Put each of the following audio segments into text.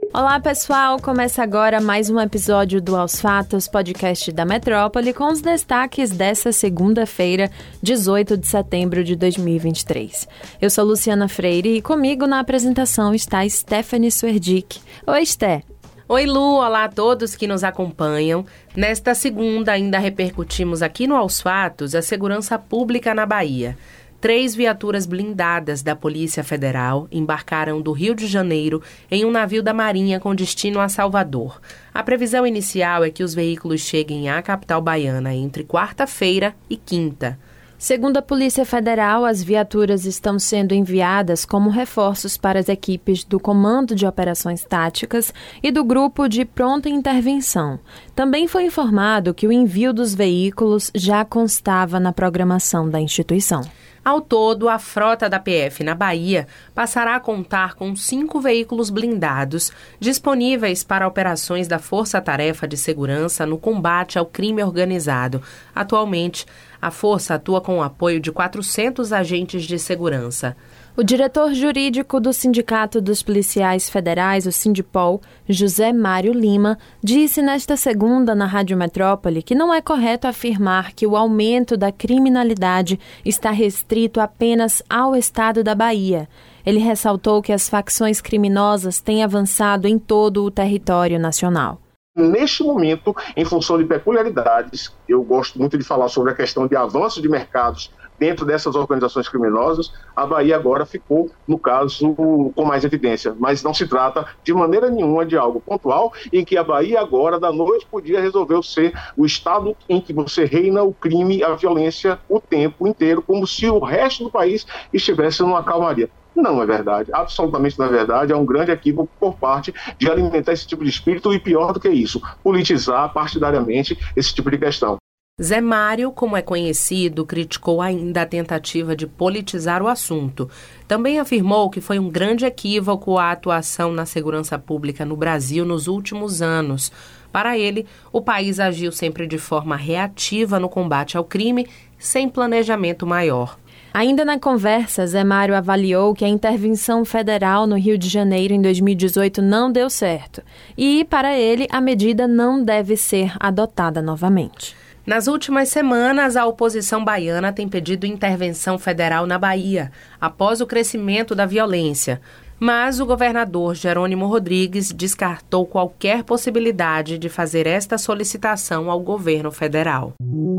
Olá pessoal, começa agora mais um episódio do Aos Fatos, podcast da Metrópole, com os destaques dessa segunda-feira, 18 de setembro de 2023. Eu sou Luciana Freire e comigo na apresentação está Stephanie Swerdick. Oi, Sté. Oi, Lu. Olá a todos que nos acompanham. Nesta segunda ainda repercutimos aqui no Aos Fatos a segurança pública na Bahia. 3 viaturas blindadas da Polícia Federal embarcaram do Rio de Janeiro em um navio da Marinha com destino a Salvador. A previsão inicial é que os veículos cheguem à capital baiana entre quarta-feira e quinta. Segundo a Polícia Federal, as viaturas estão sendo enviadas como reforços para as equipes do Comando de Operações Táticas e do Grupo de Pronta Intervenção. Também foi informado que o envio dos veículos já constava na programação da instituição. Ao todo, a frota da PF na Bahia passará a contar com 5 veículos blindados disponíveis para operações da Força-Tarefa de Segurança no combate ao crime organizado. Atualmente, a Força atua com o apoio de 400 agentes de segurança. O diretor jurídico do Sindicato dos Policiais Federais, o Sindipol, José Mário Lima, disse nesta segunda na Rádio Metrópole que não é correto afirmar que o aumento da criminalidade está restrito apenas ao estado da Bahia. Ele ressaltou que as facções criminosas têm avançado em todo o território nacional. Neste momento, em função de peculiaridades, eu gosto muito de falar sobre a questão de avanço de mercados dentro dessas organizações criminosas, a Bahia agora ficou, no caso, com mais evidência. Mas não se trata de maneira nenhuma de algo pontual, em que a Bahia agora, da noite para o dia, resolveu ser o estado em que você reina o crime, a violência, o tempo inteiro, como se o resto do país estivesse numa calmaria. Não é verdade, absolutamente não é verdade, é um grande equívoco por parte de alimentar esse tipo de espírito e, pior do que isso, politizar partidariamente esse tipo de questão. Zé Mário, como é conhecido, criticou ainda a tentativa de politizar o assunto. Também afirmou que foi um grande equívoco a atuação na segurança pública no Brasil nos últimos anos. Para ele, o país agiu sempre de forma reativa no combate ao crime, sem planejamento maior. Ainda na conversa, Zé Mário avaliou que a intervenção federal no Rio de Janeiro em 2018 não deu certo. E, para ele, a medida não deve ser adotada novamente. Nas últimas semanas, a oposição baiana tem pedido intervenção federal na Bahia, após o crescimento da violência. Mas o governador Jerônimo Rodrigues descartou qualquer possibilidade de fazer esta solicitação ao governo federal.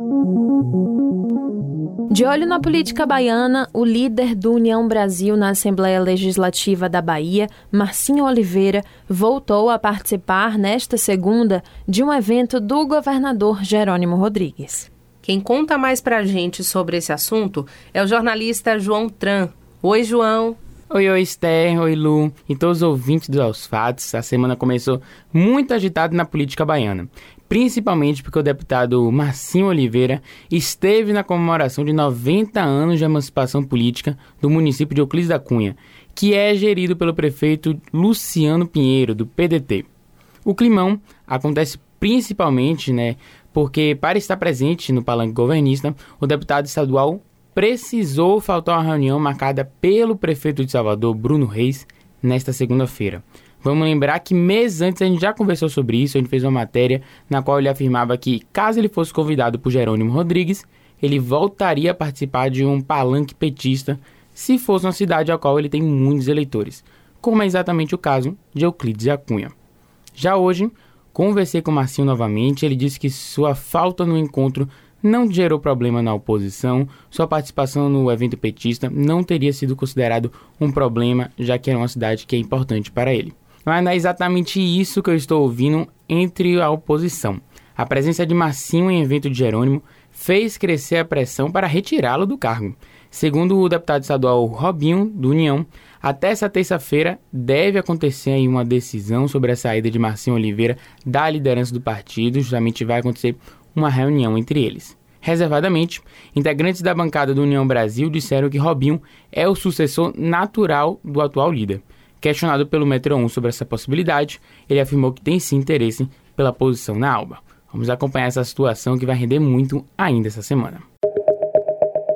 De olho na política baiana, o líder do União Brasil na Assembleia Legislativa da Bahia, Marcinho Oliveira, voltou a participar nesta segunda de um evento do governador Jerônimo Rodrigues. Quem conta mais pra gente sobre esse assunto é o jornalista João Tran. Oi, João. Oi, Esther, oi, Lu e todos os ouvintes do Aos Fatos. A semana começou muito agitada na política baiana, principalmente porque o deputado Marcinho Oliveira esteve na comemoração de 90 anos de emancipação política do município de Euclides da Cunha, que é gerido pelo prefeito Luciano Pinheiro, do PDT. O climão acontece principalmente, porque para estar presente no palanque governista, o deputado estadual precisou faltar uma reunião marcada pelo prefeito de Salvador, Bruno Reis, nesta segunda-feira. Vamos lembrar que meses antes a gente já conversou sobre isso, a gente fez uma matéria na qual ele afirmava que, caso ele fosse convidado por Jerônimo Rodrigues, ele voltaria a participar de um palanque petista se fosse uma cidade a qual ele tem muitos eleitores, como é exatamente o caso de Euclides da Cunha. Já hoje, conversei com o Marcinho novamente, ele disse que sua falta no encontro não gerou problema na oposição, sua participação no evento petista não teria sido considerado um problema, já que era uma cidade que é importante para ele. Mas não é exatamente isso que eu estou ouvindo entre a oposição. A presença de Marcinho em evento de Jerônimo fez crescer a pressão para retirá-lo do cargo. Segundo o deputado estadual Robinho, do União, até essa terça-feira deve acontecer aí uma decisão sobre a saída de Marcinho Oliveira da liderança do partido. Justamente vai acontecer uma reunião entre eles. Reservadamente, integrantes da bancada do União Brasil disseram que Robinho é o sucessor natural do atual líder. Questionado pelo Metro 1 sobre essa possibilidade, ele afirmou que tem sim interesse pela posição na ALBA. Vamos acompanhar essa situação que vai render muito ainda essa semana.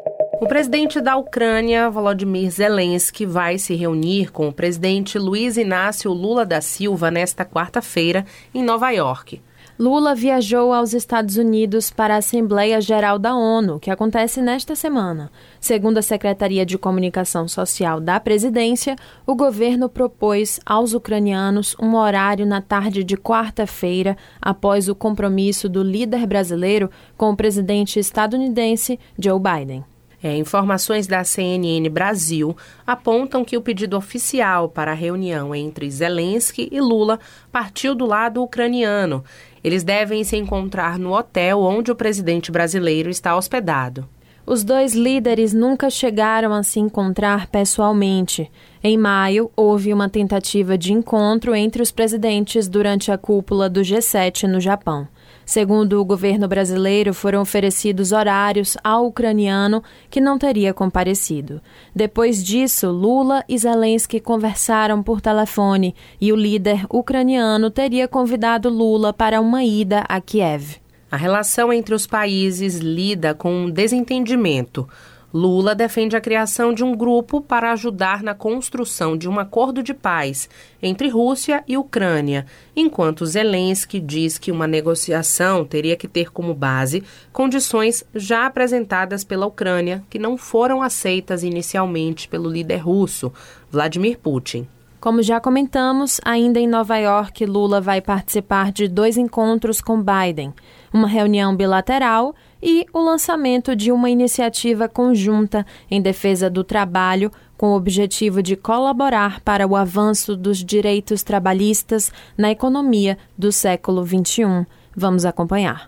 O presidente da Ucrânia, Volodymyr Zelensky, vai se reunir com o presidente Luiz Inácio Lula da Silva nesta quarta-feira, em Nova York. Lula viajou aos Estados Unidos para a Assembleia Geral da ONU, que acontece nesta semana. Segundo a Secretaria de Comunicação Social da Presidência, o governo propôs aos ucranianos um horário na tarde de quarta-feira, após o compromisso do líder brasileiro com o presidente estadunidense Joe Biden. Informações da CNN Brasil apontam que o pedido oficial para a reunião entre Zelensky e Lula partiu do lado ucraniano. Eles devem se encontrar no hotel onde o presidente brasileiro está hospedado. Os dois líderes nunca chegaram a se encontrar pessoalmente. Em maio, houve uma tentativa de encontro entre os presidentes durante a cúpula do G7 no Japão. Segundo o governo brasileiro, foram oferecidos horários ao ucraniano que não teria comparecido. Depois disso, Lula e Zelensky conversaram por telefone e o líder ucraniano teria convidado Lula para uma ida a Kiev. A relação entre os países lida com um desentendimento. Lula defende a criação de um grupo para ajudar na construção de um acordo de paz entre Rússia e Ucrânia, enquanto Zelensky diz que uma negociação teria que ter como base condições já apresentadas pela Ucrânia que não foram aceitas inicialmente pelo líder russo, Vladimir Putin. Como já comentamos, ainda em Nova York, Lula vai participar de 2 encontros com Biden, uma reunião bilateral e o lançamento de uma iniciativa conjunta em defesa do trabalho com o objetivo de colaborar para o avanço dos direitos trabalhistas na economia do século XXI. Vamos acompanhar.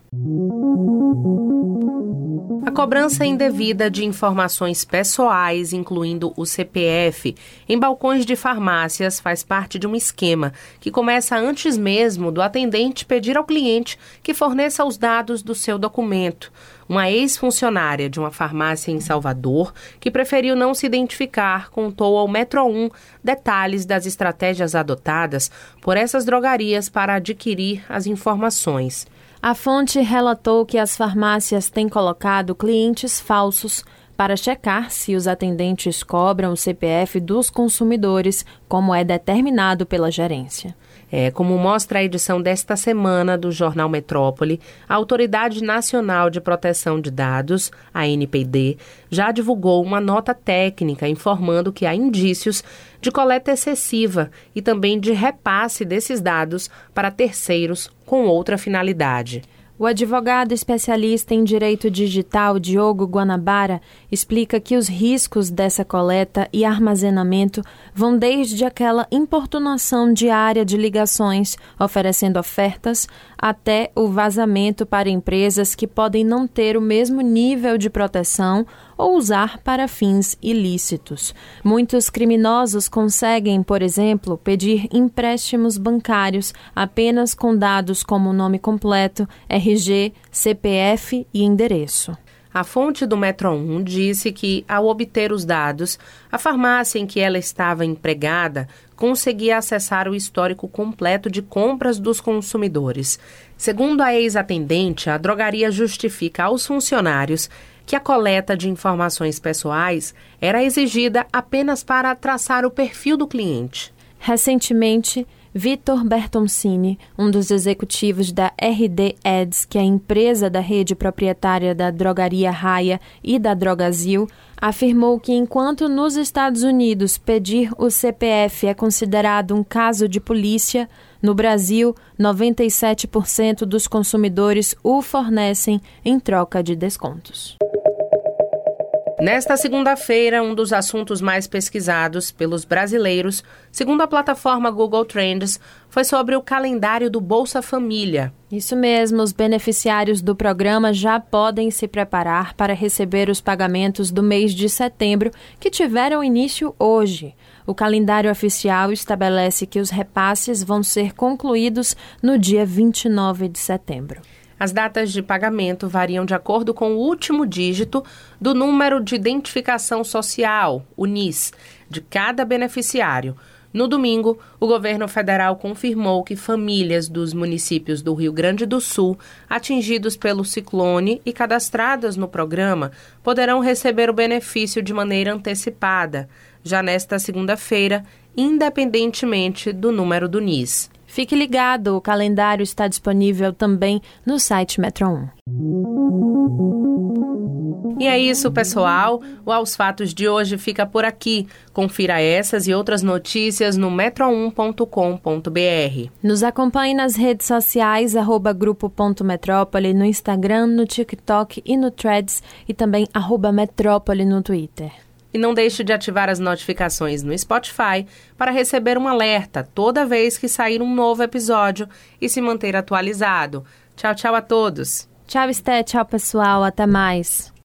A cobrança indevida de informações pessoais, incluindo o CPF, em balcões de farmácias faz parte de um esquema que começa antes mesmo do atendente pedir ao cliente que forneça os dados do seu documento. Uma ex-funcionária de uma farmácia em Salvador, que preferiu não se identificar, contou ao Metro 1 detalhes das estratégias adotadas por essas drogarias para adquirir as informações. A fonte relatou que as farmácias têm colocado clientes falsos para checar se os atendentes cobram o CPF dos consumidores, como é determinado pela gerência. Como mostra a edição desta semana do Jornal Metrópole, a Autoridade Nacional de Proteção de Dados, a ANPD, já divulgou uma nota técnica informando que há indícios de coleta excessiva e também de repasse desses dados para terceiros com outra finalidade. O advogado especialista em direito digital Diogo Guanabara explica que os riscos dessa coleta e armazenamento vão desde aquela importunação diária de ligações oferecendo ofertas até o vazamento para empresas que podem não ter o mesmo nível de proteção ou usar para fins ilícitos. Muitos criminosos conseguem, por exemplo, pedir empréstimos bancários apenas com dados como nome completo, RG, CPF e endereço. A fonte do Metro 1 disse que, ao obter os dados, a farmácia em que ela estava empregada conseguia acessar o histórico completo de compras dos consumidores. Segundo a ex-atendente, a drogaria justifica aos funcionários que a coleta de informações pessoais era exigida apenas para traçar o perfil do cliente. Recentemente, Vitor Bertoncini, um dos executivos da RD Ads, que é a empresa da rede proprietária da drogaria Raia e da Drogazil, afirmou que enquanto nos Estados Unidos pedir o CPF é considerado um caso de polícia, no Brasil, 97% dos consumidores o fornecem em troca de descontos. Nesta segunda-feira, um dos assuntos mais pesquisados pelos brasileiros, segundo a plataforma Google Trends, foi sobre o calendário do Bolsa Família. Isso mesmo, os beneficiários do programa já podem se preparar para receber os pagamentos do mês de setembro, que tiveram início hoje. O calendário oficial estabelece que os repasses vão ser concluídos no dia 29 de setembro. As datas de pagamento variam de acordo com o último dígito do número de identificação social, o NIS, de cada beneficiário. No domingo, o governo federal confirmou que famílias dos municípios do Rio Grande do Sul, atingidos pelo ciclone e cadastradas no programa, poderão receber o benefício de maneira antecipada, já nesta segunda-feira, independentemente do número do NIS. Fique ligado, o calendário está disponível também no site Metro 1. E é isso, pessoal. O Aos Fatos de hoje fica por aqui. Confira essas e outras notícias no metro1.com.br. Nos acompanhe nas redes sociais, @grupo.metrópole, no Instagram, no TikTok e no Threads, e também @metrópole no Twitter. E não deixe de ativar as notificações no Spotify para receber um alerta toda vez que sair um novo episódio e se manter atualizado. Tchau, tchau a todos. Tchau, Esté. Tchau, pessoal. Até mais.